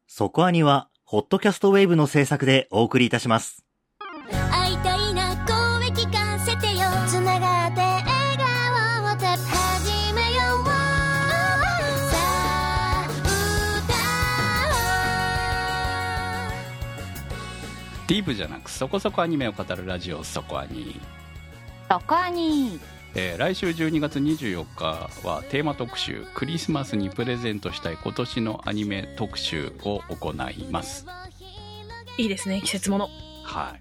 そこアニはホットキャストウェーブの制作でお送りいたします。 会いたいな、声聞かせてよ。つながって笑顔を始めよう。さあ歌ディープじゃなくそこそこアニメを語るラジオ、そこアニ。 そこアニ。 来週12月24日はテーマ特集、クリスマスにプレゼントしたい今年のアニメ特集を行います。 いいですね、季節もの。 はい、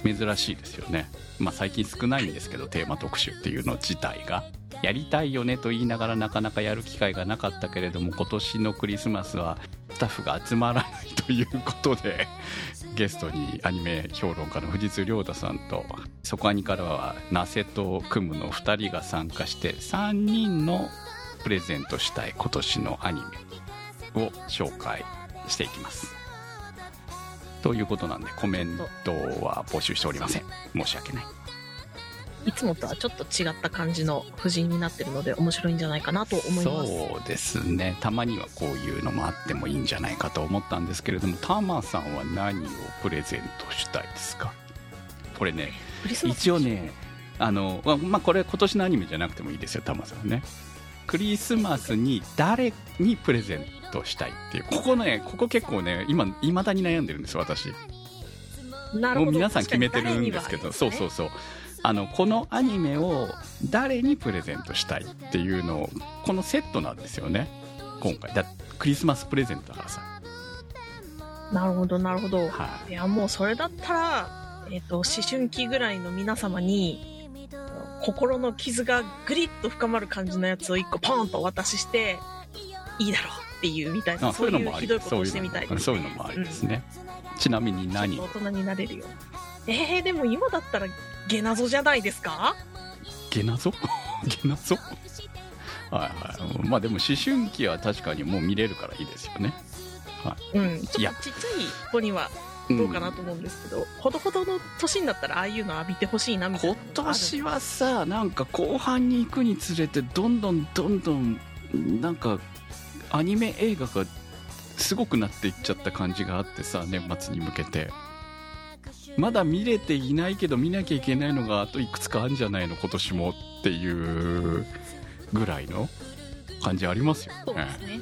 珍しいですよね。最近少ないんですけど、テーマ特集っていうの自体がやりたいよねと言いながらなかなかやる機会がなかったけれども、今年のクリスマスはスタッフが集まらないということで、ゲストにアニメ評論家の藤津亮太さんと、そこアニからはナセとクムの2人が参加して、3人のプレゼントしたい今年のアニメを紹介していきますということなんで、コメントは募集しておりません。申し訳ない。 いつもとはちょっと違った感じの布陣になってるので面白いんじゃないかなと思います。 そうですね、たまにはこういうのもあってもいいんじゃないかと思ったんですけれども、タマさんは何をプレゼントしたいですか？これね、一応ね、これ今年のアニメじゃなくてもいいですよ、タマさんね。クリスマスに誰にプレゼントしたいっていう、ここ結構ね、未だに悩んでるんです私。 なるほど。 もう皆さん決めてるんですけど、そうこのアニメを誰にプレゼントしたいっていうのを、このセットなんですよね今回。クリスマスプレゼントだからさ。 なるほどなるほど、 はい、 いやもうそれだったら、思春期ぐらいの皆様に心の傷がグリッと深まる感じのやつを1個ポーンとお渡ししていいだろうっていうみたいな、そういうひどいことをしてみたいですね。 そういうのもありですね、ちなみに何？ 大人になれるよ。でも今だったらゲナゾじゃないですか？ ゲナゾゲナゾはいはい。でも思春期は確かにもう見れるからいいですよね。はい、 ちょっとちっちゃい子にはどうかなと思うんですけど、ほどほどの年になったらああいうの浴びてほしいなみたいな。 今年はさ、なんか後半に行くにつれてどんどんなんかアニメ映画がすごくなっていっちゃった感じがあってさ、年末に向けてまだ見れていないけど見なきゃいけないのがあといくつかあるんじゃないの今年もっていうぐらいの感じありますよね。 そうですね、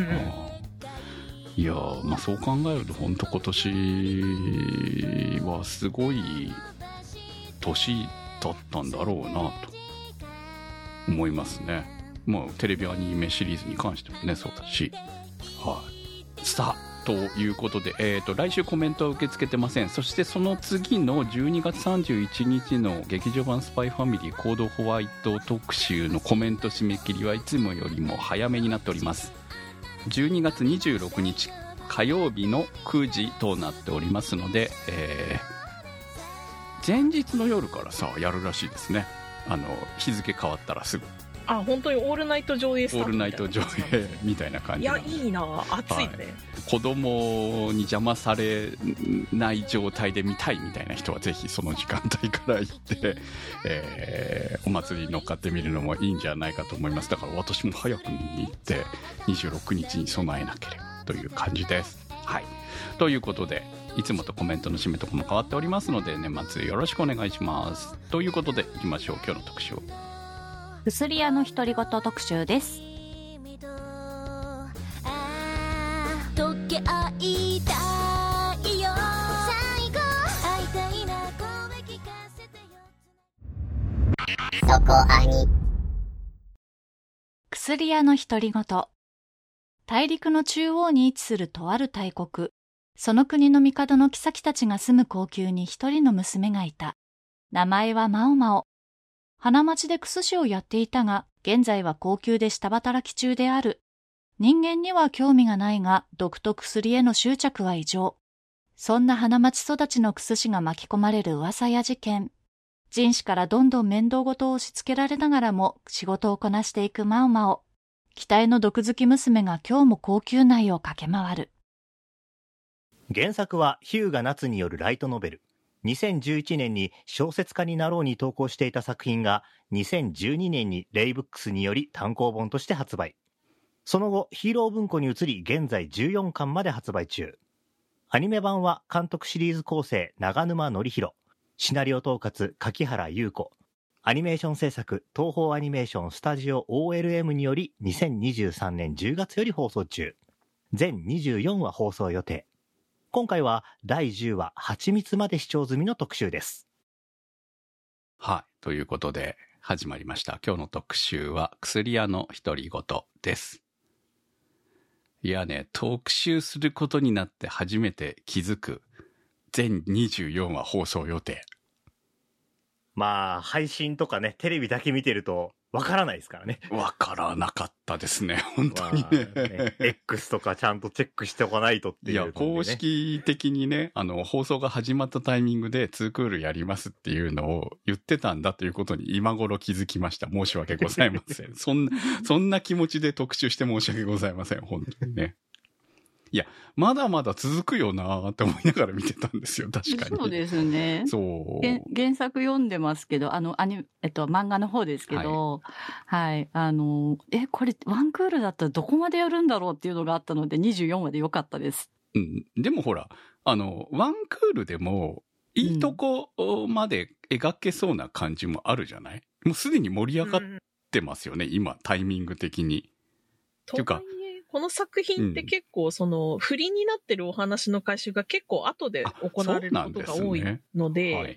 いやそう考えると本当今年はすごい年だったんだろうなと思いますね。テレビアニメシリーズに関してもね、そうだし、さあということで、来週コメントは受け付けてません。そしてその次の12月31日の劇場版スパイファミリーコードホワイト特集のコメント締め切りはいつもよりも早めになっております。12月26日火曜日の9時となっておりますので、前日の夜からさやるらしいですね。日付変わったらすぐ。 本当にオールナイト上映スタートみたいな。 オールナイト上映みたいな感じ。 いやいいな、熱いね、 子供に邪魔されない状態で見たいみたいな人はぜひその時間帯から行って、お祭りに乗っかってみるのもいいんじゃないかと思います。だから私も早く見に行って26日に備えなければという感じです。はい、ということでいつもとコメントの締めとかも変わっておりますので、年末よろしくお願いします。ということでいきましょう、今日の特集。 薬屋の独り言特集です。 溶け合いたいよ、最後会いたいな、声聞かせてよ。そこアニ。 薬屋の独り言。大陸の中央に位置するとある大国、その国の帝の妃たちが住む後宮に一人の娘がいた。名前はマオマオ。花町で薬師をやっていたが、現在は後宮で下働き中である。人間には興味がないが、毒と薬への執着は異常。そんな花町育ちの薬師が巻き込まれる噂や事件。人士からどんどん面倒事を押し付けられながらも仕事をこなしていくマオマオ。期待の毒好き娘が今日も後宮内を駆け回る。 原作は日向夏によるライトノベル。2011年に小説家になろうに投稿していた作品が2012年にレイブックスにより単行本として発売。 その後ヒーロー文庫に移り現在14巻まで発売中。アニメ版は監督シリーズ構成長沼典弘、シナリオ統括柿原優子、アニメーション制作東宝アニメーションスタジオ OLM により2023年10月より放送中。全24話放送予定。今回は第10話蜂蜜まで視聴済みの特集です。 はい。ということで始まりました。今日の特集は薬屋の独り言です。いやね、特集することになって初めて気づく全24話放送予定。 まあ配信とかね、テレビだけ見てるとわからないですからね。 わからなかったですね、本当にね。 X とかちゃんとチェックしておかないとっていう、ね。 いや、公式的にね、放送が始まったタイミングで2クールやりますっていうのを言ってたんだということに今頃気づきました。申し訳ございません。そんな気持ちで特集して申し訳ございません、本当にね。いや、まだまだ続くよなーって思いながら見てたんですよ、確かに。 そうですね。 そう。 原作読んでますけど、漫画の方ですけど、はい。これ、ワンクールだったらどこまでやるんだろうっていうのがあったので、24話でよかったです。 うん。でもほら、ワンクールでも、いいとこまで描けそうな感じもあるじゃない？もうすでに盛り上がってますよね、今、タイミング的に。 というか、この作品って結構不利になってるお話の回収が結構後で行われることが多いので、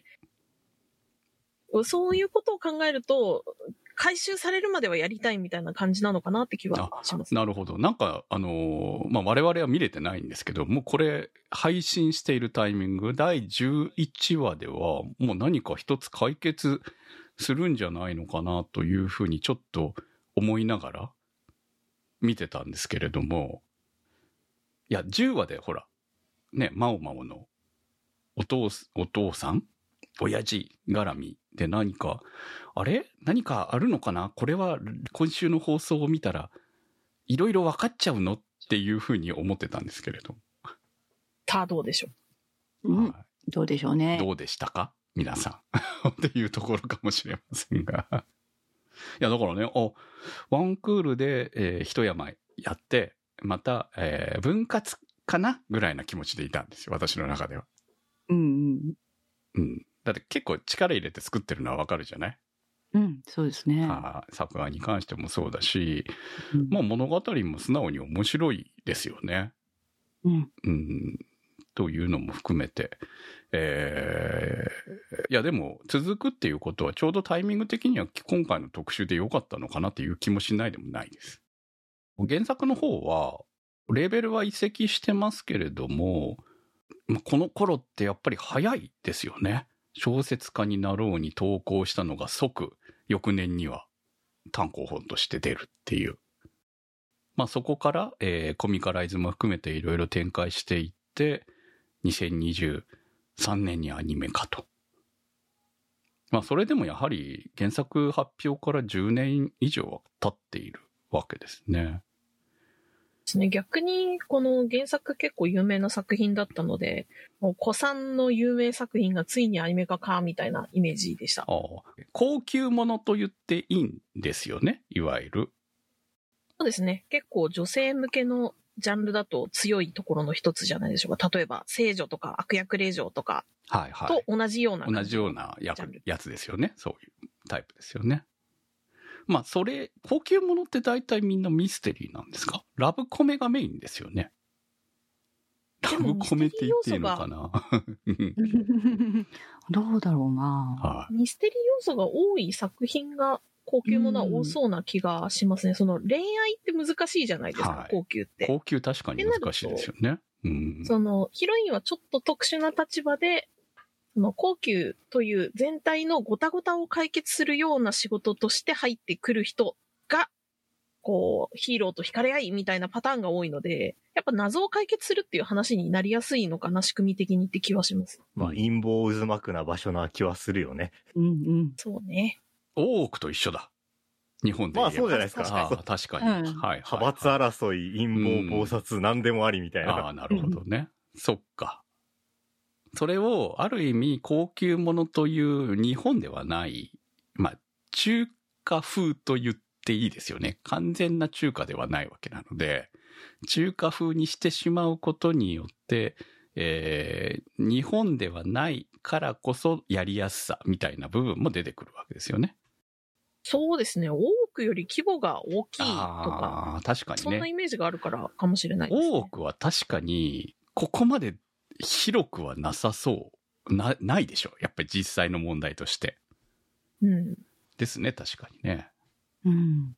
そういうことを考えると、回収されるまではやりたいみたいな感じなのかなって気はします。 なるほど。なんか、我々は見れてないんですけど、もうこれ、配信しているタイミング、第11話では、もう何か一つ解決するんじゃないのかなというふうにちょっと思いながら、見てたんですけれども、いや、10話でほら、ね、マオマオのお父さん親父絡みで何かあるのかな、これは今週の放送を見たら、いろいろ分かっちゃうのっていうふうに思ってたんですけれど。 どうでしょう。うん。どうでしょうね。 どうでしたか皆さん。っていうところかもしれませんが。いや、だからね、ワンクールで、一山やって、また、分割かなぐらいな気持ちでいたんですよ、私の中では。 うんうん。だって結構力入れて作ってるのはわかるじゃない？ うん、そうですね。 作画に関してもそうだし、まあ物語も素直に面白いですよね。 うん。 というのも含めて、いやでも続くっていうことはちょうどタイミング的には今回の特集で良かったのかなっていう気もしないでもないです。原作の方はレベルは移籍してますけれども、この頃ってやっぱり早いですよね。小説家になろうに投稿したのが即翌年には単行本として出るっていう。まあそこから、コミカライズも含めていろいろ展開していって、2023年にアニメ化と。まあそれでもやはり原作発表から10年以上は経っているわけですね。 ですね。逆にこの原作結構有名な作品だったので、もう古参の有名作品がついにアニメ化かみたいなイメージでした。 高級ものと言っていいんですよね、いわゆる。 そうですね。結構女性向けのジャンルだと強いところの一つじゃないでしょうか。例えば聖女とか悪役令嬢とかと同じような、 同じようなやつですよね。そういうタイプですよね。まあ高級ものって大体みんなミステリーなんですか？ラブコメがメインですよね。ラブコメって言っていいのかなどうだろうな、 ミステリー要素が多い作品が高級ものは多そうな気がしますね。その恋愛って難しいじゃないですか、高級って。 高級確かに難しいですよね。 そのヒロインはちょっと特殊な立場で、その高級という全体のごたごたを解決するような仕事として入ってくる人が、こう、ヒーローと惹かれ合いみたいなパターンが多いので、やっぱ謎を解決するっていう話になりやすいのかな、仕組み的にって気はします。 まあ、陰謀渦巻くな場所な気はするよね。 そうね。 大奥と一緒だ。日本で言えば。 まあそうじゃないですか。 確かに。 派閥争い、陰謀、謀殺、何でもありみたいな。 なるほどね。そっか。それをある意味高級ものという日本ではない、まあ中華風と言っっていいですよね。完全な中華ではないわけなので、中華風にしてしまうことによって、日本ではないからこそやりやすさみたいな部分も出てくるわけですよね。 そうですね。多くより規模が大きいとか、 ああ、確かにね。 そんなイメージがあるからかもしれないですね。 多くは確かに、ここまで広くはなさそう。ないでしょ。やっぱり実際の問題として。 うん。 ですね、確かにね。 うん。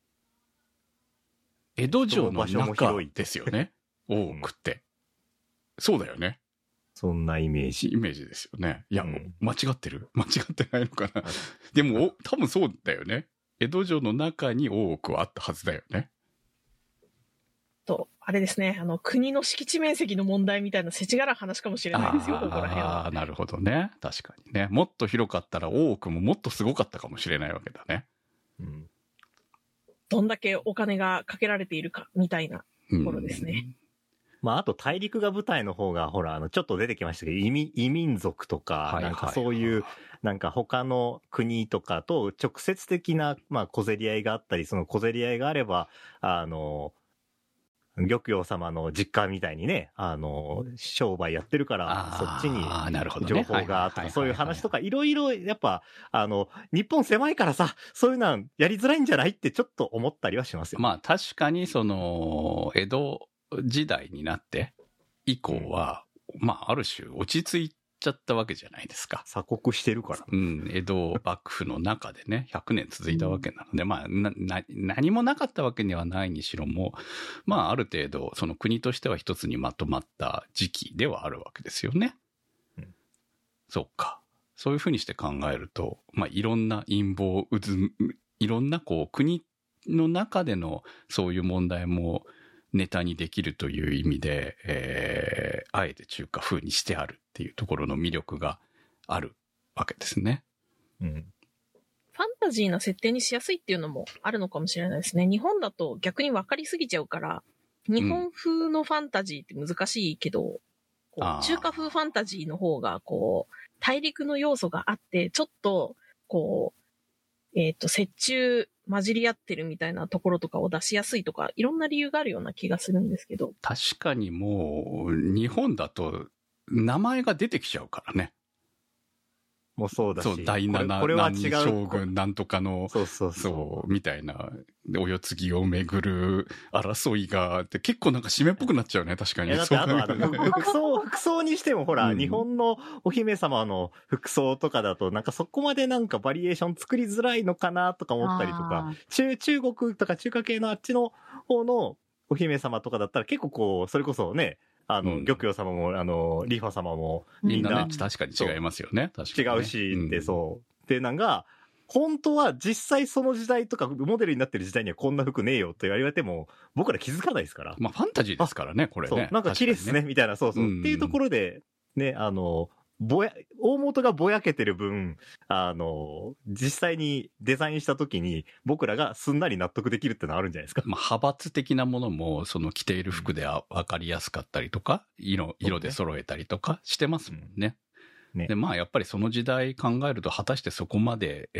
江戸城の中ですよね。大奥って。そうだよね。 そんなイメージ。 イメージですよね。いや、 うん間違ってる？間違ってないのかな。でも、多分そうだよね。江戸城の中に大奥はあったはずだよね。 と、あれですね。国の敷地面積の問題みたいな世知辛い話かもしれないですよ、ここら辺は。 ああ、なるほどね。確かにね。もっと広かったら大奥ももっとすごかったかもしれないわけだね。 うん、 どんだけお金がかけられているか、みたいなところですね。 まあ、あと大陸が舞台の方が、ほら、ちょっと出てきましたけど、異民族とか、なんかそういう、なんか他の国とかと直接的な、まあ、小競り合いがあったり、その小競り合いがあれば、玉葉様の実家みたいにね、商売やってるから、そっちに情報がとか、そういう話とか、いろいろ、やっぱ、日本狭いからさ、そういうのはやりづらいんじゃないってちょっと思ったりはしますよ。 まあ、確かに、江戸時代になって以降は、まあ、ある種落ち着いちゃったわけじゃないですか。 鎖国してるから。 うん、江戸幕府の中でね、100年続いたわけなので、まあ、何もなかったわけにはないにしろも、まあ、ある程度、その国としては一つにまとまった時期ではあるわけですよね。うん、そうか。そういうふうにして考えると、まあ、いろんな陰謀、いろんな国の中でのそういう問題もネタにできるという意味で、あえて中華風にしてあるっていうところの魅力があるわけですね。 うん。 ファンタジーな設定にしやすいっていうのもあるのかもしれないですね。日本だと逆に分かりすぎちゃうから、日本風のファンタジーって難しいけど、中華風ファンタジーの方が、大陸の要素があって、ちょっと、折衷混じり合ってるみたいなところとかを出しやすいとか、いろんな理由があるような気がするんですけど。 確かにもう、日本だと名前が出てきちゃうからね。 もうそうだし。そう、 第七何将軍なんとかの、 そうみたいな、お世継ぎをめぐる争いがあって、結構なんか締めっぽくなっちゃうね、確かに。 だって服装にしてもほら、日本のお姫様の服装とかだと、なんかそこまでなんかバリエーション作りづらいのかなとか思ったりとか、中国とか中華系のあっちの方のお姫様とかだったら結構それこそね、玉葉様も、リファ様も、 みんなね、確かに違いますよね。確かに、ね。 違うし、ってそう。で、なんか、本当は実際その時代とか、モデルになってる時代にはこんな服ねえよって言われても、僕ら気づかないですから。 まあ、ファンタジーですからね、これね。 そう、なんか綺麗っすね、みたいな、そう。っていうところで、ね、大元がぼやけてる分、実際にデザインした時に僕らがすんなり納得できるってのはあるんじゃないですか。 まあ、派閥的なものも、着ている服で分かりやすかったりとか、色で揃えたりとかしてますもんね。で、まあ、やっぱりその時代考えると、果たしてそこまで、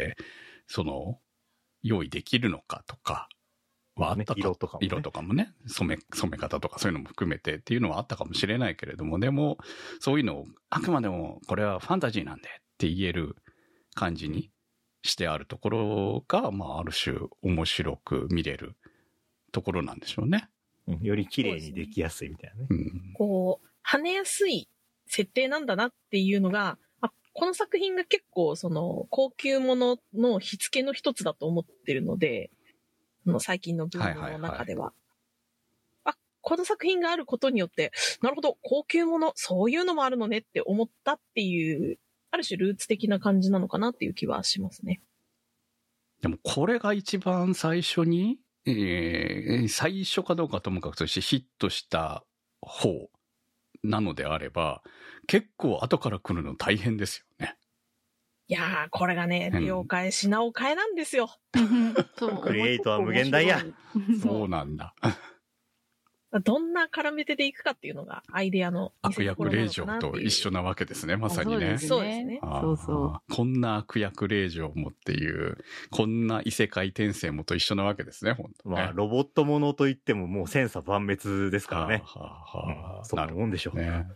用意できるのかとか、はあったか、色とかもね、染め方とかそういうのも含めてっていうのはあったかもしれないけれども、でも、そういうのをあくまでもこれはファンタジーなんでって言える感じにしてあるところが、まあ、ある種面白く見れるところなんでしょうね。 より綺麗にできやすいみたいなね。 跳ねやすい設定なんだなっていうのが、この作品が結構高級ものの火付けの一つだと思ってるので、最近のブームの中では。この作品があることによって、なるほど、高級もの、そういうのもあるのねって思ったっていう、ある種ルーツ的な感じなのかなっていう気はしますね。 でもこれが一番最初に、最初かどうかともかくとしてヒットした方なのであれば、結構後から来るの大変ですよね。 いやー、これがね、了解品を変えなんですよ。 クリエイトは無限大や。 そうなんだ。 どんな絡め手でいくかっていうのがアイデアの悪役令嬢と一緒なわけですね、まさにね。 そうですね。 そうそう。 こんな悪役令嬢もっていう、こんな異世界転生もと一緒なわけですね、本当ね。 まあ、ロボットものといってももう千差万別ですからね。そんなもんでしょうね。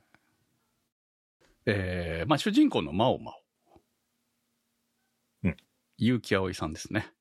まあ主人公のマオマオ。結城葵さんですね。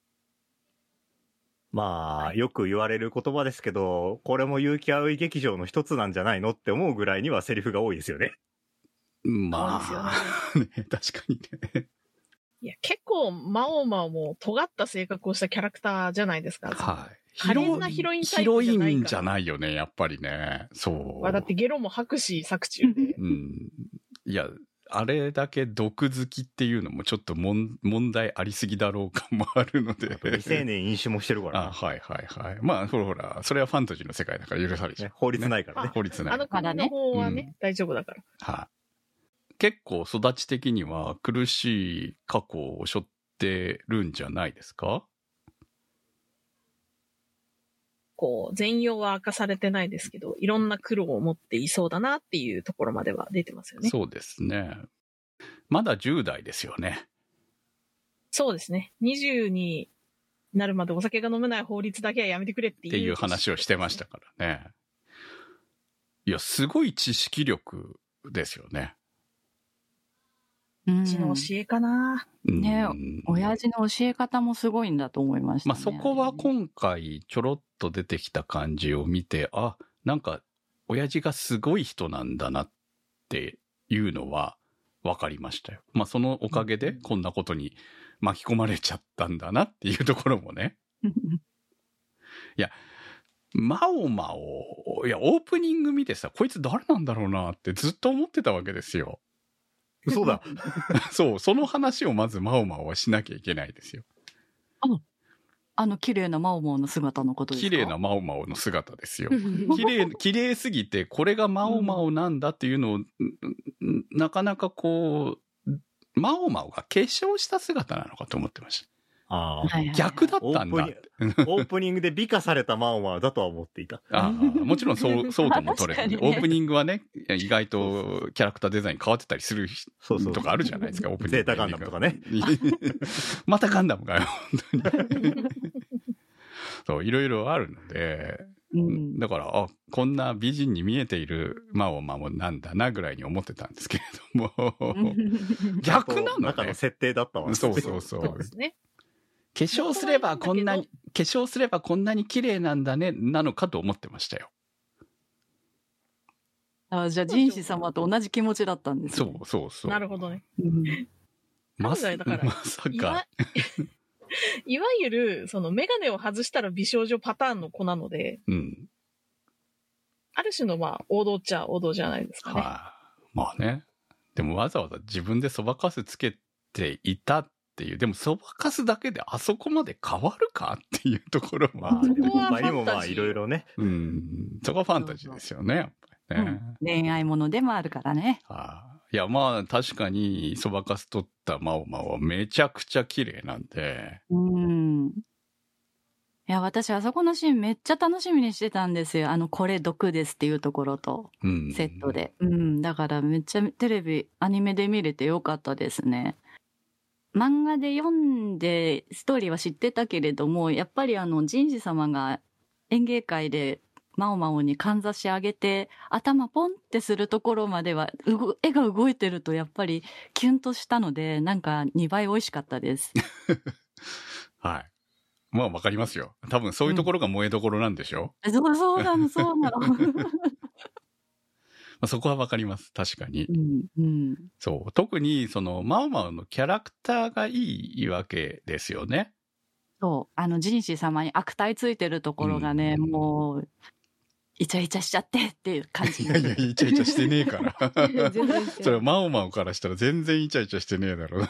まあ、よく言われる言葉ですけど、これも結城葵劇場の一つなんじゃないのって思うぐらいにはセリフが多いですよね。 まあ、ね、確かにね。 いや、結構、マオマオも尖った性格をしたキャラクターじゃないですか。 はい。 可憐なヒロインタイヒロプじゃないインじゃないよね、やっぱりね。そう。 だってゲロも吐くし、作中で。 うん。いや、あれだけ毒好きっていうのもちょっと問題ありすぎだろう感もあるので。 未成年飲酒もしてるから、 ね。はいはいはい。まあ、ほら、それはファンタジーの世界だから許されちゃう。 ね、法律ないからね。 法律ない。 あの国の方はね、大丈夫だから。 はい。結構育ち的には苦しい過去を背負ってるんじゃないですか？ こう、全容は明かされてないですけど、いろんな苦労を持っていそうだなっていうところまでは出てますよね。 そうですね。まだ10代ですよね。 そうですね。20になるまでお酒が飲めない法律だけはやめてくれっていう話をしてましたからね。いや、すごい知識力ですよね。 うちの教えかな。 ね、親父の教え方もすごいんだと思いましたね。 まあそこは今回ちょろっと出てきた感じを見て、あ、なんか親父がすごい人なんだなっていうのは分かりましたよ。まあそのおかげでこんなことに巻き込まれちゃったんだなっていうところもね。いや、マオマオ、いや、オープニング見てさ、こいつ誰なんだろうなってずっと思ってたわけですよ。 そうだ。 そう、その話をまずマオマオはしなきゃいけないですよ。 綺麗なマオマオの姿のことですか？ 綺麗なマオマオの姿ですよ。綺麗すぎて、これがマオマオなんだっていうのを、なかなかこう、マオマオが化粧した姿なのかと思ってました。 ああ、 逆だったんだ。 オープニングで美化されたマオマオだとは思っていた。 ああ、もちろんそうとも取れて、ね、オープニングはね、意外とキャラクターデザイン変わってたりするとかあるじゃないですか、オープニング。 ゼータガンダムとかね。 またガンダムかよ、本当に。そう、いろいろあるので、だから、こんな美人に見えているマオマオなんだなぐらいに思ってたんですけれども、逆なのね。 中の設定だったわ。 そうそうそう。 そうですね。 化粧すればこんなに綺麗なんだね、なのかと思ってましたよ。 じゃあ、人士様と同じ気持ちだったんですね。 そう。 なるほどね。 まさか。 いわゆる、そのメガネを外したら美少女パターンの子なので、ある種のまあ、王道っちゃ王道じゃないですかね。 まあね。でもわざわざ自分でそばかすつけていたっていう、でもそばかすだけであそこまで変わるかっていうところは。 他にもまあいろいろね。 そこはファンタジーですよね、やっぱりね。 恋愛ものでもあるからね。 いや、まあ確かにそばかす取ったマオマオはめちゃくちゃ綺麗なんで。 いや、私あそこのシーンめっちゃ楽しみにしてたんですよ。これ毒ですっていうところと、セットで。だからめっちゃテレビ、アニメで見れてよかったですね。漫画で読んでストーリーは知ってたけれども、やっぱり人士様が演芸会でマオマオにかんざし上げて頭ポンってするところまでは絵が動いてるとやっぱりキュンとしたので、なんか2倍美味しかったです。 はい。まあわかりますよ。多分そういうところが萌えどころなんでしょ？ そうなの。 そこはわかります。確かに。そう。特に、マオマオのキャラクターがいいわけですよね。 そう。人士様に悪態ついてるところがね、もう、イチャイチャしちゃってっていう感じ。 いや、イチャイチャしてねえから。それはマオマオからしたら全然イチャイチャしてねえだろ。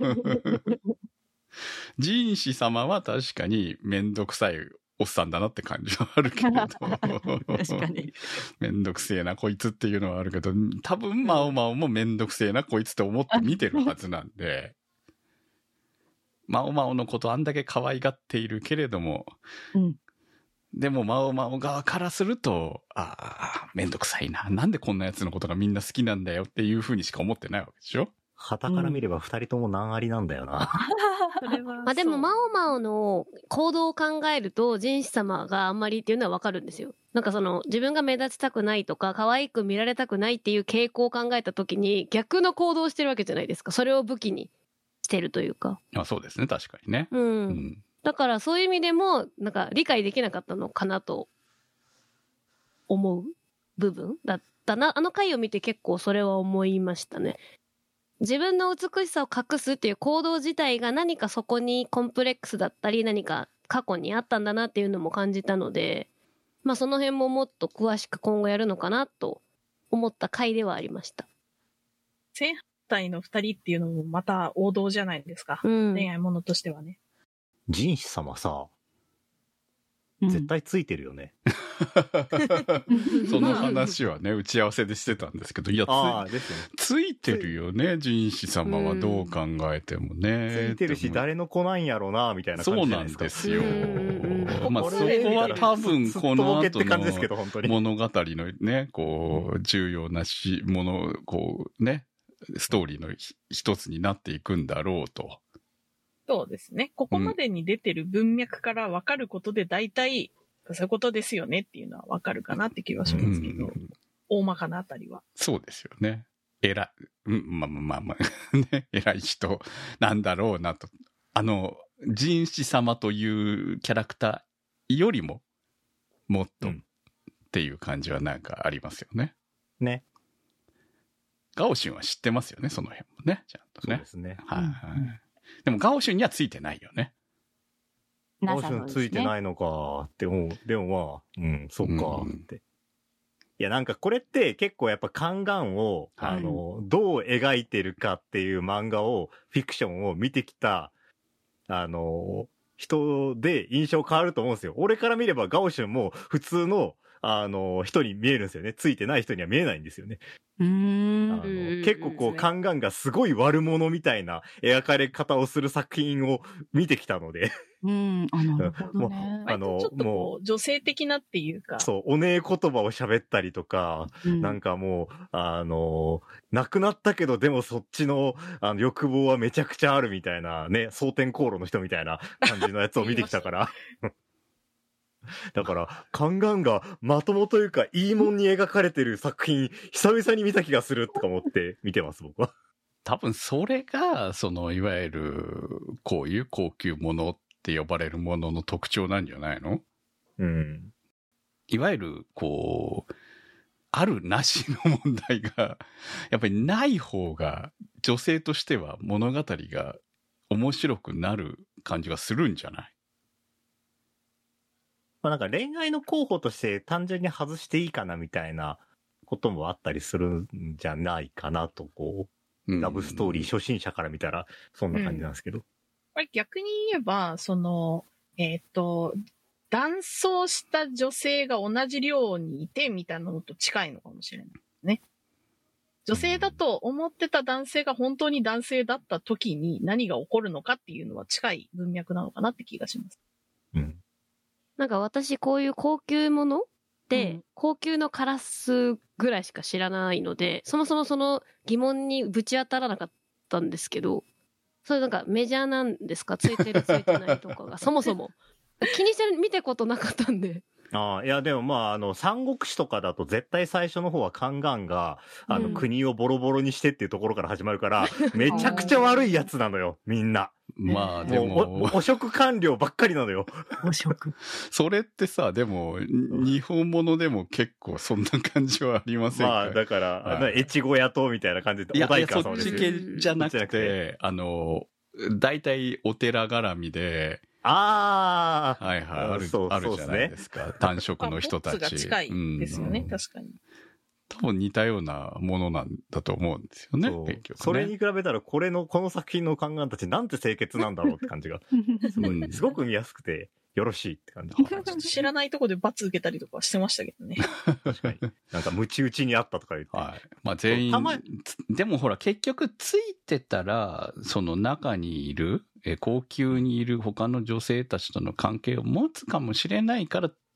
人士様は確かにめんどくさいおっさんだなって感じはあるけれど。確かに。 めんどくせえなこいつっていうのはあるけど、多分マオマオもめんどくせえなこいつって思って見てるはずなんで、マオマオのことあんだけ可愛がっているけれども、 でもマオマオ側からすると、めんどくさいな。なんでこんなやつのことがみんな好きなんだよっていう風にしか思ってないわけでしょ。 旗から見れば二人とも難ありなんだよな。 それはまあでも、マオマオの行動を考えると、ジンシ様があんまりっていうのはわかるんですよ。なんか自分が目立ちたくないとか、可愛く見られたくないっていう傾向を考えたときに、逆の行動をしてるわけじゃないですか。それを武器にしてるというか。 そうですね、確かにね。 だからそういう意味でも、なんか理解できなかったのかなと思う部分だったな。あの回を見て結構それは思いましたね。自分の美しさを隠すっていう行動自体が何かそこにコンプレックスだったり何か過去にあったんだなっていうのも感じたので、まあその辺ももっと詳しく今後やるのかなと思った回ではありました。 正反対の二人っていうのもまた王道じゃないですか。恋愛ものとしてはね。 ジンシ様さ、絶対ついてるよね。 その話はね、打ち合わせでしてたんですけど、いや、ついてるよね、ジンシ様はどう考えてもね。 ついてるし、誰の子なんやろな、みたいな感じじゃないですか。 そうなんですよ。まあ、そこは多分、この後の物語のね、こう、重要なこうね、ストーリーの一つになっていくんだろうと。 そうですね。ここまでに出てる文脈から分かることで大体、そういうことですよねっていうのは分かるかなって気はしますけど、大まかなあたりは。 そうですよね。まあ、ね、偉い人なんだろうなと。ジンシ様というキャラクターよりも、もっとっていう感じはなんかありますよね。 ね。 ガオシュンは知ってますよね、その辺もね。ちゃんとね。 そうですね。 はい。でもガオシュンにはついてないよね。 ガオシュンついてないのかって思う。でもまあ、そっかって。いやなんかこれって結構やっぱカンガンを、どう描いてるかっていう漫画を、フィクションを見てきた、人で印象変わると思うんですよ。俺から見ればガオシュンも普通の、人に見えるんですよね。ついてない人には見えないんですよね。結構こう、カンガンがすごい悪者みたいな描かれ方をする作品を見てきたので。 なるほどね。 ちょっとこう、女性的なっていうか。 そう、おねえ言葉を喋ったりとか、なんかもう、亡くなったけど、でもそっちの、欲望はめちゃくちゃあるみたいなね、蒼天航路の人みたいな感じのやつを見てきたから。だから、カンガンがまともというか、いいもんに描かれてる作品、久々に見た気がするとか思って見てます、僕は。 多分それが、いわゆる、こういう高級ものって呼ばれるものの特徴なんじゃないの？いわゆる、こう、あるなしの問題が、やっぱりない方が、女性としては物語が面白くなる感じがするんじゃない？ なんか恋愛の候補として単純に外していいかなみたいなこともあったりするんじゃないかなと、こう、ラブストーリー初心者から見たらそんな感じなんですけど。 これ逆に言えば、男装した女性が同じ量にいてみたいなのと近いのかもしれないですね。女性だと思ってた男性が本当に男性だった時に何が起こるのかっていうのは近い文脈なのかなって気がします。 なんか私こういう高級ものって、高級のカラスぐらいしか知らないので、そもそもその疑問にぶち当たらなかったんですけど、それなんかメジャーなんですか？ついてるついてないとかがそもそも気にして見たことなかったんで。 いやでもまあ三国志とかだと絶対最初の方はカンガンが国をボロボロにしてっていうところから始まるからめちゃくちゃ悪いやつなのよみんな。 まあでも汚職官僚ばっかりなのよ。 汚職。 それってさ、でも日本ものでも結構そんな感じはありませんか？ まあだから越後屋とみたいな感じでお代官様ですよ。いやそっち系じゃなくて大体お寺絡みで。はいはい、あるじゃないですか。単色の人たち。 が近いですよね、確かに。 多分似たようなものなんだと思うんですよね、結局ね。 それに比べたら、この作品のカンガンたちなんて清潔なんだろうって感じが。すごく見やすくて、よろしいって感じ。 知らないとこで罰受けたりとかしてましたけどね。 確かに。なんかムチ打ちにあったとか言って。 はい。まあ全員、でもほら結局ついてたら、その中にいる、高級にいる他の女性たちとの関係を持つかもしれないから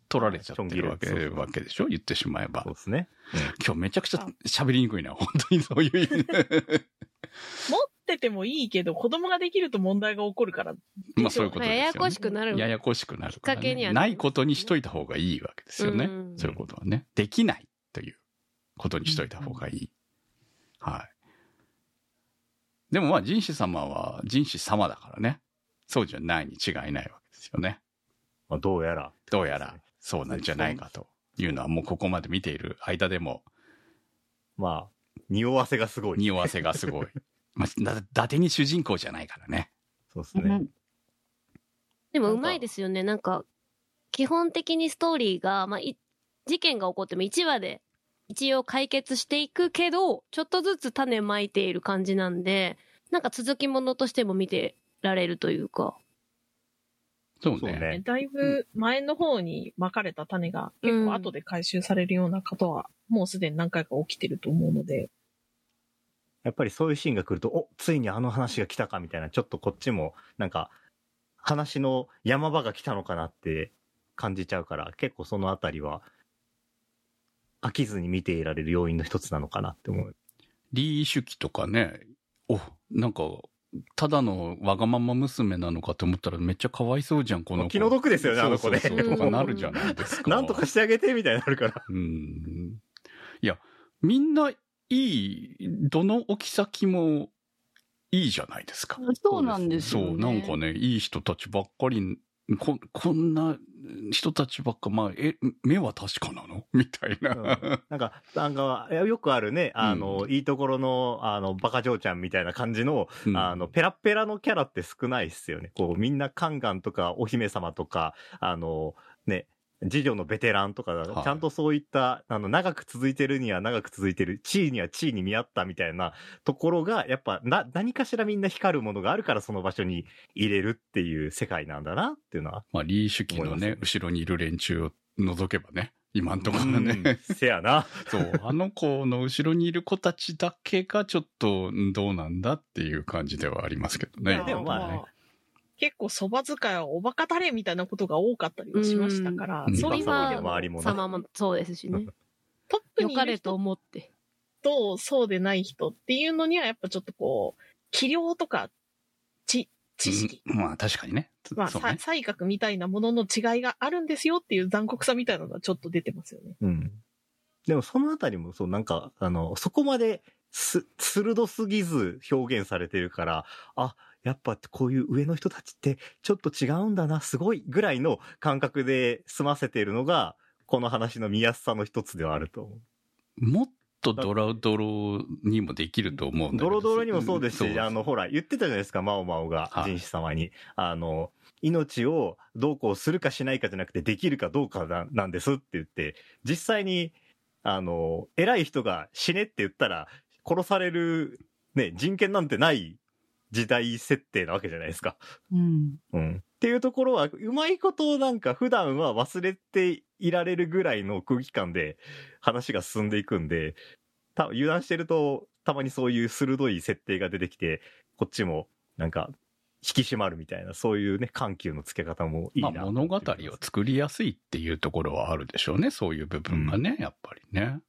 取られちゃってるわけでしょ、言ってしまえば。 そうですね。 今日めちゃくちゃ喋りにくいな、本当にそういう意味で。 持っててもいいけど、子供ができると問題が起こるから。 まあそういうことですよね。 ややこしくなる。 ややこしくなるから、ね。 きっかけにはないことにしといた方がいいわけですよね。 うんそういうことはね。できないということにしといた方がいい。はい。でもまあ、人士様は人士様だからね。そうじゃないに違いないわけですよね。 まあ、どうやらそうなんじゃないかというのはもうここまで見ている間でも。 まあ、匂わせがすごい。 匂わせがすごい。まあ、伊達に主人公じゃないからね。 そうですね。 でもうまいですよね。なんか、基本的にストーリーが、まあ、事件が起こっても1話で一応解決していくけど、ちょっとずつ種まいている感じなんで、なんか続きものとしても見てられるというか。 そうそうねね。 だいぶ前の方にまかれた種が結構後で回収されるようなことは、もうすでに何回か起きてると思うので。 やっぱりそういうシーンが来ると、お、ついにあの話が来たかみたいな、ちょっとこっちも、なんか、話の山場が来たのかなって感じちゃうから、結構そのあたりは、飽きずに見ていられる要因の一つなのかなって思う。 リー・シュキとかね、なんか、ただのわがまま娘なのかと思ったらめっちゃかわいそうじゃん、この子。 気の毒ですよね、あの子ね。 そうとかなるじゃないですか。 なんとかしてあげて、みたいになるから。 いや、みんないい、どの置き先もいいじゃないですか。 そうなんですよね。 そう、なんかね、いい人たちばっかり、こんな人たちばっか、まあ、目は確かなのみたいな。 なんか、よくあるね、いいところの、バカ嬢ちゃんみたいな感じの、ペラッペラのキャラって少ないっすよね。こう、みんなカンガンとか、お姫様とか、ね、次女のベテランとか、ちゃんとそういった、長く続いてるには長く続いてる、地位には地位に見合ったみたいなところが、やっぱ、何かしらみんな光るものがあるからその場所に入れるっていう世界なんだなっていうのは。 まあ、リー・シュキのね、後ろにいる連中を除けばね、今んところね。 せやな。 そう、あの子の後ろにいる子たちだけがちょっとどうなんだっていう感じではありますけどね。 でもまあね。 結構そば使いはおバカタレみたいなことが多かったりはしましたから、そういう意味でも周りも様もそうですしね。 トップにい良かれとる人思って。 とそうでない人っていうのにはやっぱちょっとこう、器量とか知識。 まあ確かにね。 まあ、才覚みたいなものの違いがあるんですよっていう残酷さみたいなのはちょっと出てますよね。 うん。でもそのあたりもそうなんか、そこまで鋭すぎず表現されてるから、やっぱこういう上の人たちってちょっと違うんだな、すごいぐらいの感覚で済ませているのが、この話の見やすさの一つではあると思う。 もっとドロドロにもできると思うんだけど。 ドロドロにもそうですし、ほら、言ってたじゃないですか、マオマオが、人種様に。命をどうこうするかしないかじゃなくて、できるかどうかなんですって言って、実際に、偉い人が死ねって言ったら、殺される、ね、人権なんてない時代設定なわけじゃないですか。っていうところは、うまいことなんか普段は忘れていられるぐらいの空気感で話が進んでいくんで、油断してるとたまにそういう鋭い設定が出てきて、こっちもなんか引き締まるみたいな、そういうね、緩急の付け方もいいな。 まあ物語を作りやすいっていうところはあるでしょうね。そういう部分がね、やっぱりね。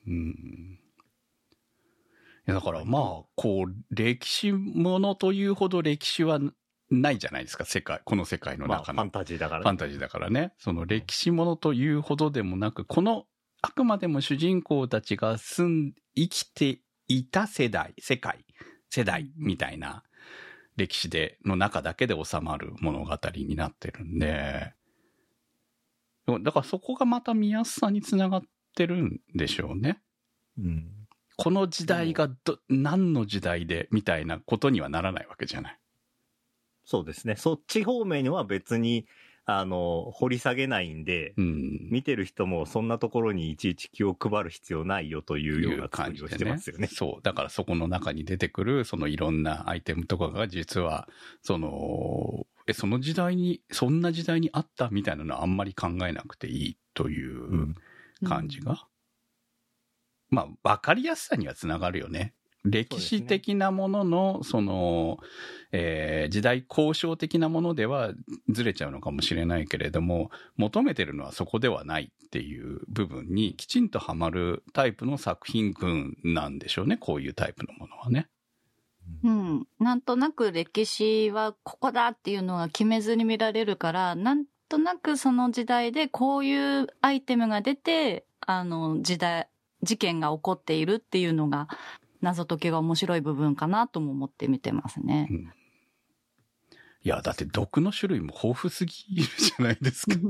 いやだからまあ、こう、歴史ものというほど歴史はないじゃないですか、この世界の中の。 ファンタジーだからね。 ファンタジーだからね。その歴史ものというほどでもなく、あくまでも主人公たちが生きていた世代みたいな歴史の中だけで収まる物語になってるんで、だからそこがまた見やすさにつながってるんでしょうね。この時代が何の時代でみたいなことにはならないわけじゃない。 そうですね。そっち方面には別に、掘り下げないんで、見てる人もそんなところにいちいち気を配る必要ないよというような感じをしてますよね。 そう。だからそこの中に出てくる、そのいろんなアイテムとかが実は、その時代に、そんな時代にあったみたいなのはあんまり考えなくていいという感じが。まあ、わかりやすさにはつながるよね。 歴史的なものの、その、時代交渉的なものではずれちゃうのかもしれないけれども、求めてるのはそこではないっていう部分にきちんとはまるタイプの作品群なんでしょうね、こういうタイプのものはね。 うん。なんとなく歴史はここだっていうのが決めずに見られるから、なんとなくその時代でこういうアイテムが出て、事件が起こっているっていうのが、謎解きが面白い部分かなとも思って見てますね。 うん、いや、だって毒の種類も豊富すぎるじゃないですか。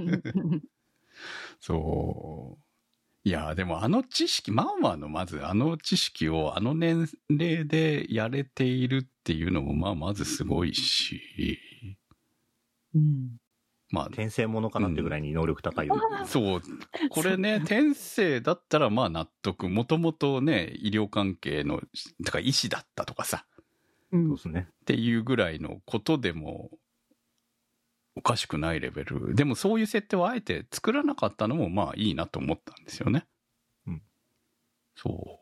そう。いや、でも知識、まず知識を年齢でやれているっていうのもまずすごいし。 うん。 転生ものかなってぐらいに能力高いよ。 そう。これね、転生だったら納得。もともとね、医療関係の、だから医師だったとかさ。 そうですね。 っていうぐらいのことでも、おかしくないレベル。でもそういう設定をあえて作らなかったのもいいなと思ったんですよね。 うん。 そう。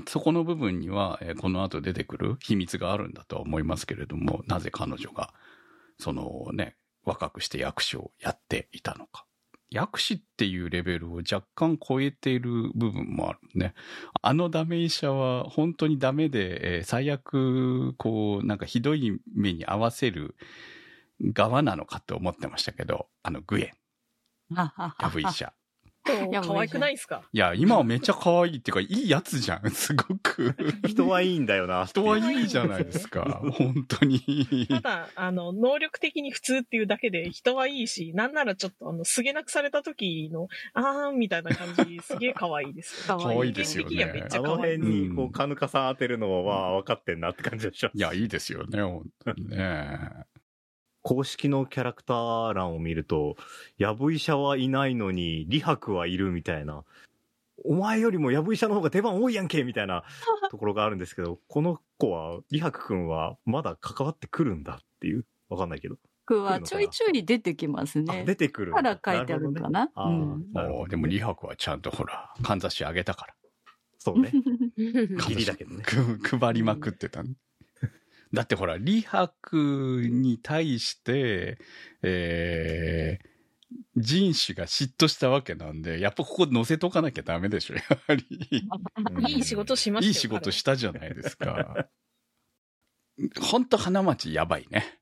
そこの部分には、この後出てくる秘密があるんだとは思いますけれども、なぜ彼女が、そのね、若くして薬師をやっていたのか。薬師っていうレベルを若干超えている部分もあるね。ダメ医者は本当にダメで、最悪、ひどい目に合わせる側なのかって思ってましたけど、グエン。ヤブ医者。 可愛くないですか？ いや、今はめっちゃ可愛いっていうか、いいやつじゃん、すごく。 人はいいんだよな。 人はいいじゃないですか、本当に。 ただ、能力的に普通っていうだけで人はいいし、なんならちょっと、すげなくされた時の、みたいな感じ、すげえ可愛いですよね。 可愛いですよね。 めっちゃ可愛い。 辺に、カヌカさん当てるのは、分かってんなって感じがします。 いや、いいですよね、本当にね。 公式のキャラクター欄を見ると、ヤブ医者はいないのに、李白はいるみたいな。お前よりもヤブ医者の方が出番多いやんけみたいなところがあるんですけど、この子は、李白くんはまだ関わってくるんだっていう。わかんないけど。 僕はちょいちょい出てきますね。 出てくる。 から書いてあるかな。 でも李白はちゃんとほら、かんざしあげたから。 そうね。ギリだけどね。 配りまくってた。だってほら、李白に対して、人種が嫉妬したわけなんで、やっぱここ載せとかなきゃダメでしょ、やはり。 いい仕事しましたよ。 いい仕事したじゃないですか。ほんと花町やばいね。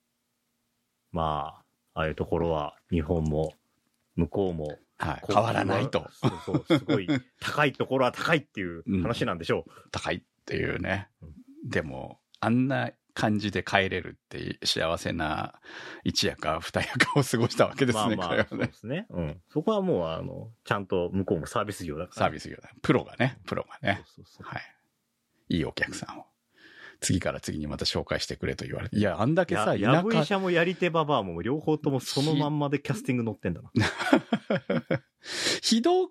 ああいうところは日本も向こうも、 変わらないと。 そう、すごい高いところは高いっていう話なんでしょう。 高いっていうね。でも、あんな感じで帰れるって幸せな一夜か二夜かを過ごしたわけですね、彼はね。 そうですね。うん。そこはもう、ちゃんと向こうもサービス業だから。 サービス業だ。プロがね。はい。いいお客さんを。次から次にまた紹介してくれと言われて。いや、あんだけさ、 ヤブ医者もやり手ババアも両方ともそのまんまでキャスティング載ってんだな。 ひど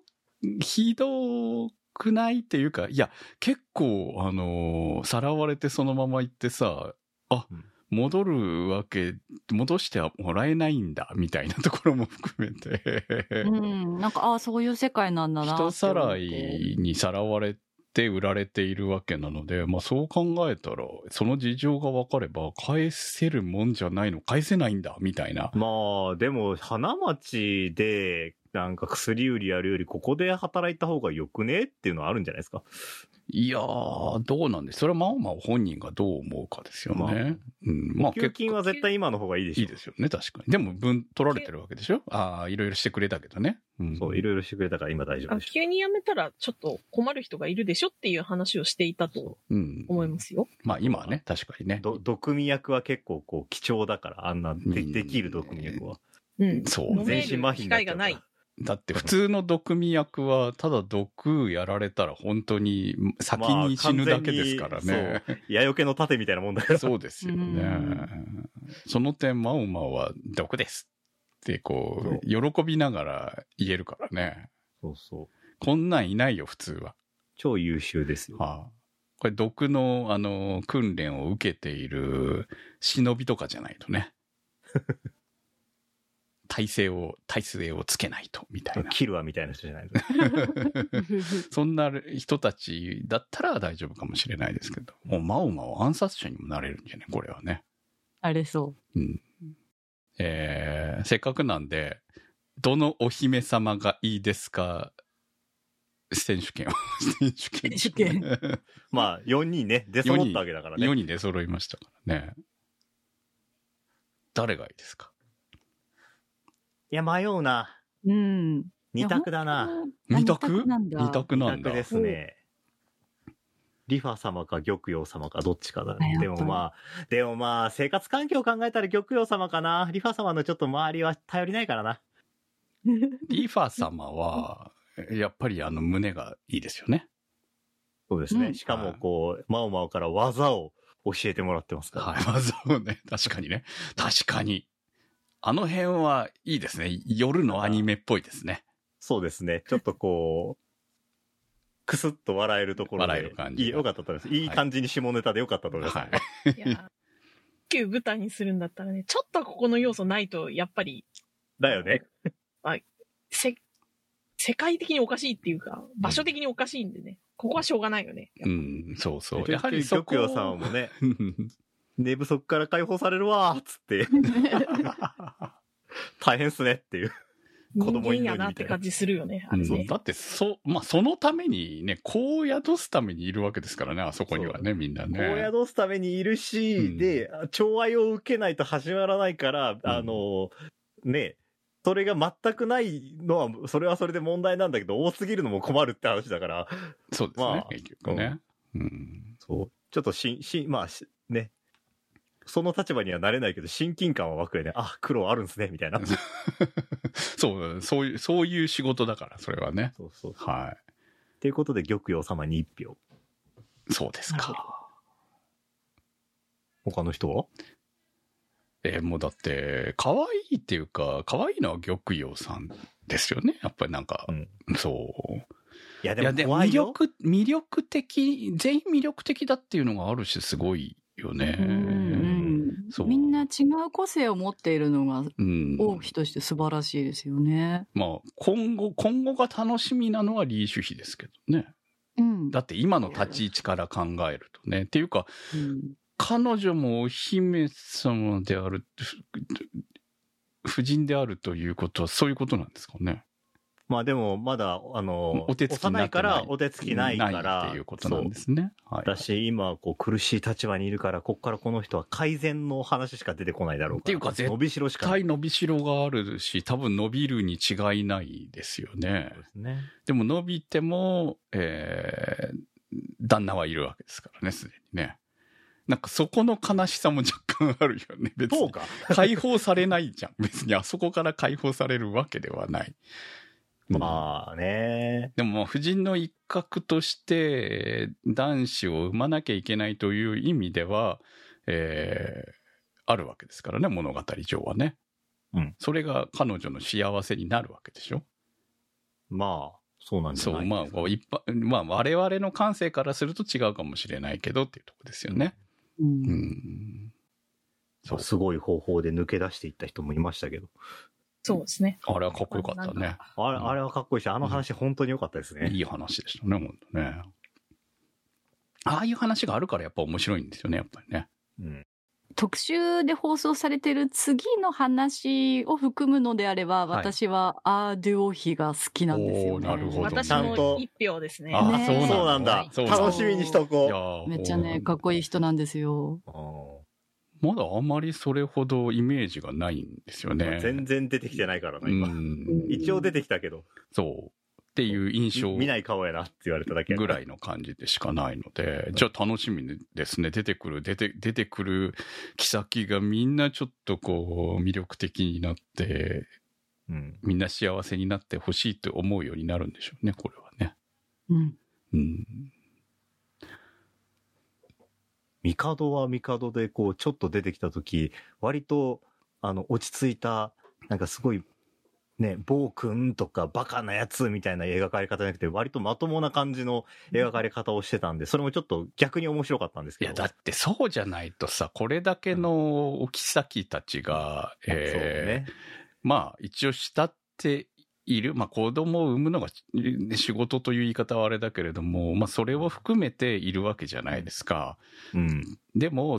くないっていうか、いや、結構、さらわれてそのまま行ってさ、戻してはもらえないんだ、みたいなところも含めて。 なんか、そういう世界なんだな。 人さらいにさらわれて売られているわけなので、そう考えたら、その事情が分かれば、返せるもんじゃないの、返せないんだ、みたいな。 でも、花町で、なんか薬売りやるより、ここで働いた方がよくねっていうのはあるんじゃないですか。 いやー、どうなんです。それは本人がどう思うかですよね。 給金は絶対今の方がいいでしょ。 いいですよね、確かに。でも、分取られてるわけでしょ。いろいろしてくれたけどね。 そう、いろいろしてくれたから今大丈夫です。 急に辞めたらちょっと困る人がいるでしょっていう話をしていたと思いますよ。 今はね、確かにね。 毒味役は結構貴重だから、あんなできる毒味役は。 そう。 全身麻痺機会がない。 だって普通の毒味役はただ毒やられたら本当に先に死ぬだけですからね。 矢よけの盾みたいなもんだから。 そうですよね。その点マオマオは毒ですって喜びながら言えるからね。 そうそう。 こんなんいないよ普通は。 超優秀ですよ。 これ毒の訓練を受けている忍びとかじゃないとね。 体勢をつけないと、みたいな。 キルアみたいな人じゃないのそんな人たちだったら大丈夫かもしれないですけど、もうマオマオ暗殺者にもなれるんじゃね、これはね。 あれそうん。せっかくなんで、どのお姫様がいいですか選手権まあ、4人ね、出揃ったわけだからね。 4人で揃いましたからね。誰がいいですか？ いや、迷うな。 う。うん。 二択だな。 二択なんだ。 二択なんだ。 二択ですね。リファ様か玉葉様かどっちかだ。でもまあ、生活環境を考えたら玉葉様かな。リファ様のちょっと周りは頼りないからな。 リファ様は、やっぱり胸がいいですよね。 そうですね。 うんしかもマオマオから技を教えてもらってますから。 はい、技をね、確かにね。確かに。あの辺はいいですね。夜のアニメっぽいですね。 そうですね。ちょっとくすっと笑えるところで。 笑える感じがよかったと思います。いい感じに下ネタでよかったと思います。 はい。 いや、旧舞台にするんだったらね、ちょっとここの要素ないと、やっぱり、 だよね。 世界的におかしいっていうか、場所的におかしいんでね、ここはしょうがないよね。 うん、そうそう。ややはりはりそこ玉葉さんもね、寝不足から解放されるわーっつって。大変っすねっていう。子人間供いんのにやなって感じするよね、あれね。 だってまあ、そのためにね、子を宿すためにいるわけですからね、あそこにはね、みんなね。 子を宿すためにいるし、 うんで、寵愛を受けないと始まらないから、ね、それが全くないのは、それはそれで問題なんだけど、多すぎるのも困るって話だから、 そうですね、 まあ結局ね。うん。 そう。ちょっとまあ、ね。その立場にはなれないけど、親近感は湧くよね。あ、苦労あるんすね、みたいな。 そういう仕事だから、それはね。 そうそう。 はということで、玉葉様に1票。 い。そうですか。 他の人はもうだって、可愛いっていうか、可愛いのは玉葉さんですよね。やっぱりなんか、そう。 いや、 いや、でも怖いよ。 魅力的、全員魅力的だっていうのがあるし、すごいよね。そうみんな違う個性を持っているのがうん。 王妃として素晴らしいですよね。 まあ、今後が楽しみなのはリー・シュヒですけどね。 うん。 だって今の立ち位置から考えるとね。っていうか、 うん彼女もお姫様である、夫人であるということはそういうことなんですかね。 まあでも、まだ、 お手つきにな幼いかってないらお手つきないから。 っていうことなんですね。はい。 だし、今、苦しい立場にいるから、こっからこの人は改善の話しか出てこないだろうから。 っていうか絶対伸びしろしかない。 絶対伸びしろがあるし、多分伸びるに違いないですよねそう。ですね。 でも伸びても、旦那はいるわけですからね、すでにね。なんかそこの悲しさも若干あるよね、別に。 そうか。 解放されないじゃん。別にあそこから解放されるわけではない。 まあね。 でもまあ夫人の一角として男子を産まなきゃいけないという意味では、あるわけですからね、物語上はね。 うん。 それが彼女の幸せになるわけでしょ。 まあ、そうなんじゃそう、 ないまあ、まあ我々の感性からすると違うかもしれないけどっていうところですよね。そう。 すごい方法で抜け出していった人もいましたけど。 そうですね。 あれはかっこよかったね。 あれはかっこいいし、あの話本当に良かったですね。 いい話でしたね、本当ね。ああいう話があるからやっぱ面白いんですよね、やっぱりね。 うん。 特集で放送されてる次の話を含むのであれば、私はアーデュオヒが好きなんですよね。 なるほど、 私ちゃんとも一票ですね。 あ、 ねそうなんだ。 そうなんだ楽しみにしとこう。 めっちゃね、かっこいい人なんですよ。 まだあまりそれほどイメージがないんですよね。 全然出てきてないからな、今。一応出てきたけど。 そう。っていう印象見ない顔やなって言われただけぐらいの感じでしかないので、じゃあ楽しみですね。出てくる妃がみんなちょっとこう魅力的になって、みんな幸せになってほしいと思うようになるんでしょうね、これはね。 帝は帝でちょっと出てきたとき、割と落ち着いた、なんかすごいね、暴君とかバカなやつみたいな描かれ方じゃなくて、割とまともな感じの描かれ方をしてたんで、それもちょっと逆に面白かったんですけど。 いや、だってそうじゃないとさ、これだけのお妃たちが、 そうね。 まあ一応慕っている、まあ子供を産むのが仕事という言い方はあれだけれども、まあそれを含めているわけじゃないですか。 うん。 でも、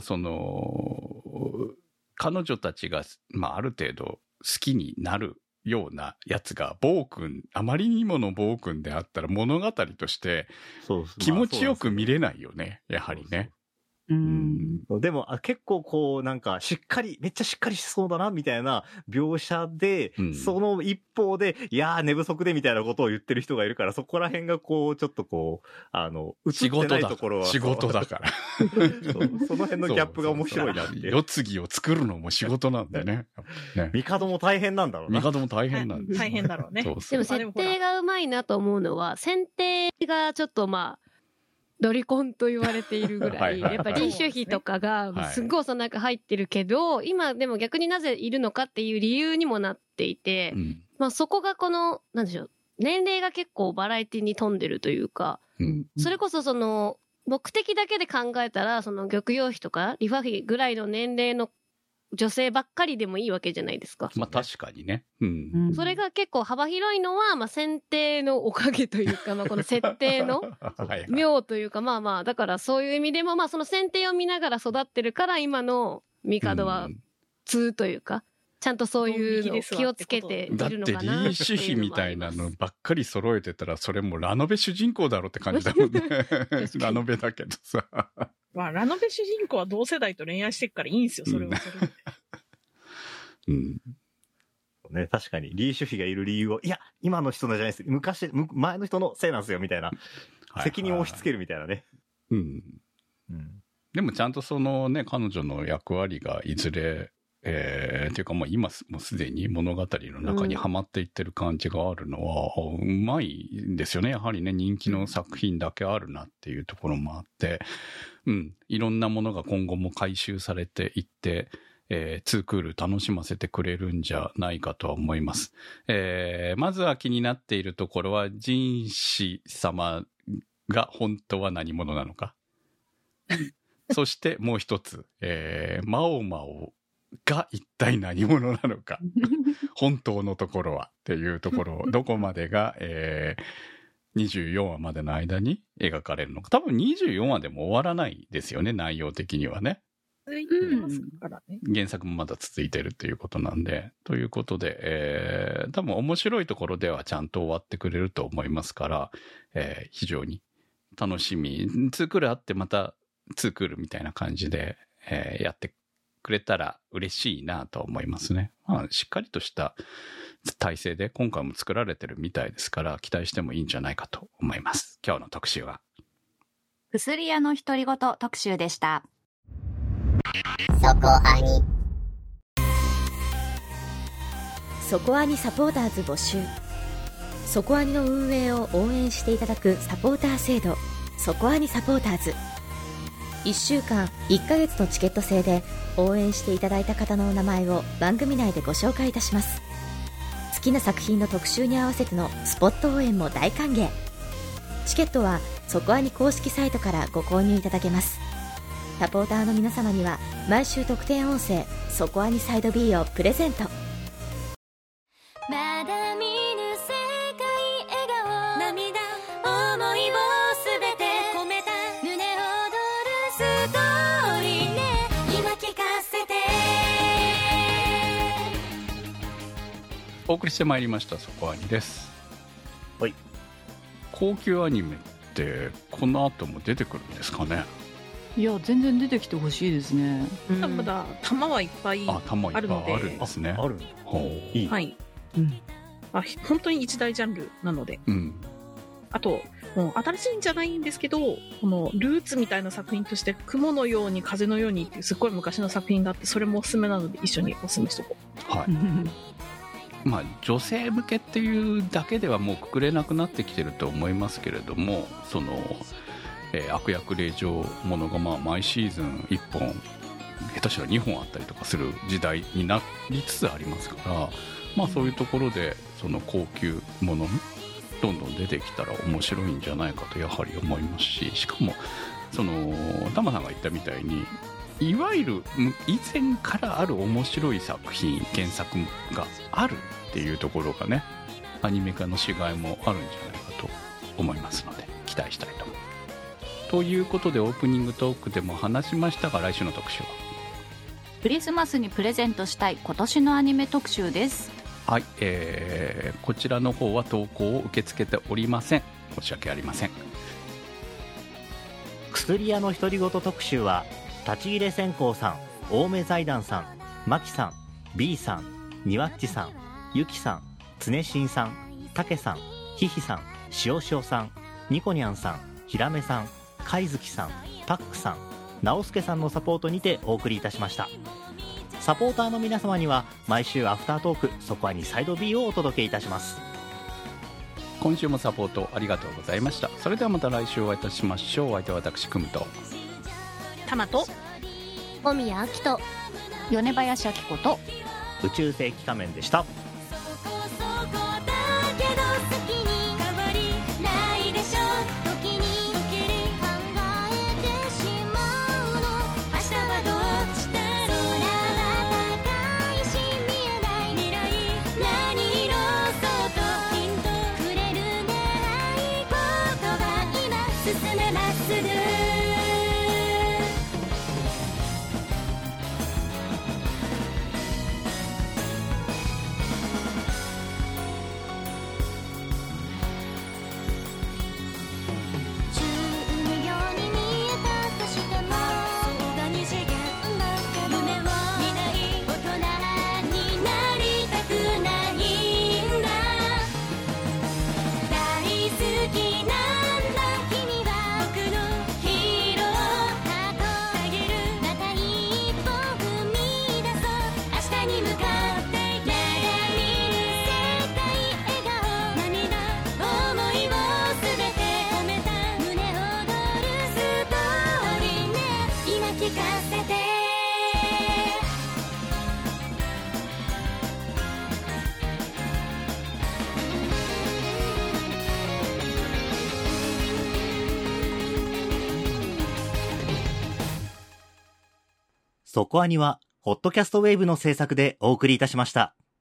彼女たちが、まあある程度好きになるようなやつが暴君、あまりにもの暴君であったら物語としてそう気持ちよく見れないよね、やはりね。 でも結構こうなんかめっちゃしっかりしそうだなみたいな描写で、その一方でいやー寝不足でみたいなことを言ってる人がいるから、そこら辺がこうちょっとこう映ってないところは仕事だからその辺のギャップが面白いなっていう。 世継ぎを作るのも仕事なんだよね。 帝も大変なんだろうな。 帝も大変なんです。 大変だろうね。 でも設定がうまいなと思うのは、選定がちょっとまあロリコンと言われているぐらい、やっぱり臨終費とかがすっごいなんか入ってるけど、今でも逆になぜいるのかっていう理由にもなっていて、まあそこがこの、なんでしょう、年齢が結構バラエティに富んでるというか、それこそ目的だけで考えたら、玉葉妃とかリファ妃ぐらいの年齢の女性ばっかりでもいいわけじゃないですか。 まあ確かにね。 それが結構幅広いのは、まあ選定のおかげというか、まあこの設定の妙というか、まあまあ、だからそういう意味でも、まあその選定を見ながら育ってるから、今の帝は通というか、ちゃんとそういうのを気をつけているのかなっていうのは。 だって臨終妃みたいなのばっかり揃えてたら、それもラノベ主人公だろって感じだもんね。ラノベだけどさ。 まあ、ラノベ主人公は同世代と恋愛してるからいいんですよ、それはそれで。 ね、確かに、リー・シュフィがいる理由を、いや、今の人のじゃないです。前の人のせいなんですよ、みたいな。責任を押し付けるみたいなね。 でもちゃんとそのね、彼女の役割がいずれ、っていうかもう今もうすでに物語の中にはまっていってる感じがあるのは、うまいですよね。やはりね、人気の作品だけあるなっていうところもあって、いろんなものが今後も回収されていって、ツークール楽しませてくれるんじゃないかとは思います。まずは気になっているところは、ジンシ様が本当は何者なのか。そしてもう一つ、マオマオが一体何者なのか。本当のところはっていうところ、どこまでが、24話までの間に描かれるのか。多分24話でも終わらないですよね、内容的にはね。原作もまだ続いてるっていうことなんで。ということで、多分面白いところではちゃんと終わってくれると思いますから、非常に楽しみ。ツークールあってまたツークールみたいな感じで、やってくれたら嬉しいなと思いますね。まあ、しっかりとした体制で今回も作られてるみたいですから、期待してもいいんじゃないかと思います。今日の特集は。 薬屋の独り言特集でした。 そこアニ。 そこアニサポーターズ募集。そこアニの運営を応援していただくサポーター制度、そこアニサポーターズ。1週間1ヶ月のチケット制で応援していただいた方のお名前を番組内でご紹介いたします。好きな作品の特集に合わせてのスポット応援も大歓迎。チケットはそこアニ公式サイトからご購入いただけます。サポーターの皆様には毎週特典音声そこアニサイド B をプレゼント。 まだ見ぬ世界笑顔涙思いをすべて込めた胸躍るストーリーね今聞かせて。 お送りしてまいりましたそこアニです。 はい。 高級アニメってこの後も出てくるんですかね。 いや全然出てきてほしいですね。 まだ玉はいっぱいあるので。 あるんですね。 ある。 いい。はい。本当に一大ジャンルなので。あともう新しいんじゃないんですけど、このルーツみたいな作品として雲のように風のようにっていうすっごい昔の作品があって、それもおすすめなので一緒におすすめしとこう。 はい。まあ女性向けっていうだけではもうくくれなくなってきてると思いますけれども、その悪役令嬢ものがまあ毎シーズン1本下手したら2本あったりとかする時代になりつつありますから、まあそういうところでその高級ものどんどん出てきたら面白いんじゃないかとやはり思いますし、しかもそのタマさんが言ったみたいにいわゆる以前からある面白い作品原作があるっていうところがね、アニメ化のしがいもあるんじゃないかと思いますので期待したいと思う。ということでオープニングトークでも話しましたが、来週の特集はクリスマスにプレゼントしたい今年のアニメ特集です。 はい、こちらの方は投稿を受け付けておりません。申し訳ありません。 薬屋の独り言特集は立ち入れ線香さん、青梅財団さん、マキさん、 B さん、にわっちさん、ゆきさん、つねしんさん、たけさん、ひひさん、しおしおさん、にこにゃんさん、ひらめさん、かいずきさん、パックさん、なおすけさんのサポートにてお送りいたしました。サポーターの皆様には毎週アフタートークそこアニサイド B をお届けいたします。 今週もサポートありがとうございました。それではまた来週お会いいたしましょう。お相手は私くむとタマと小宮明と米林明子と宇宙世紀仮面でした。そこアニはホットキャストウェーブの制作でお送りいたしました。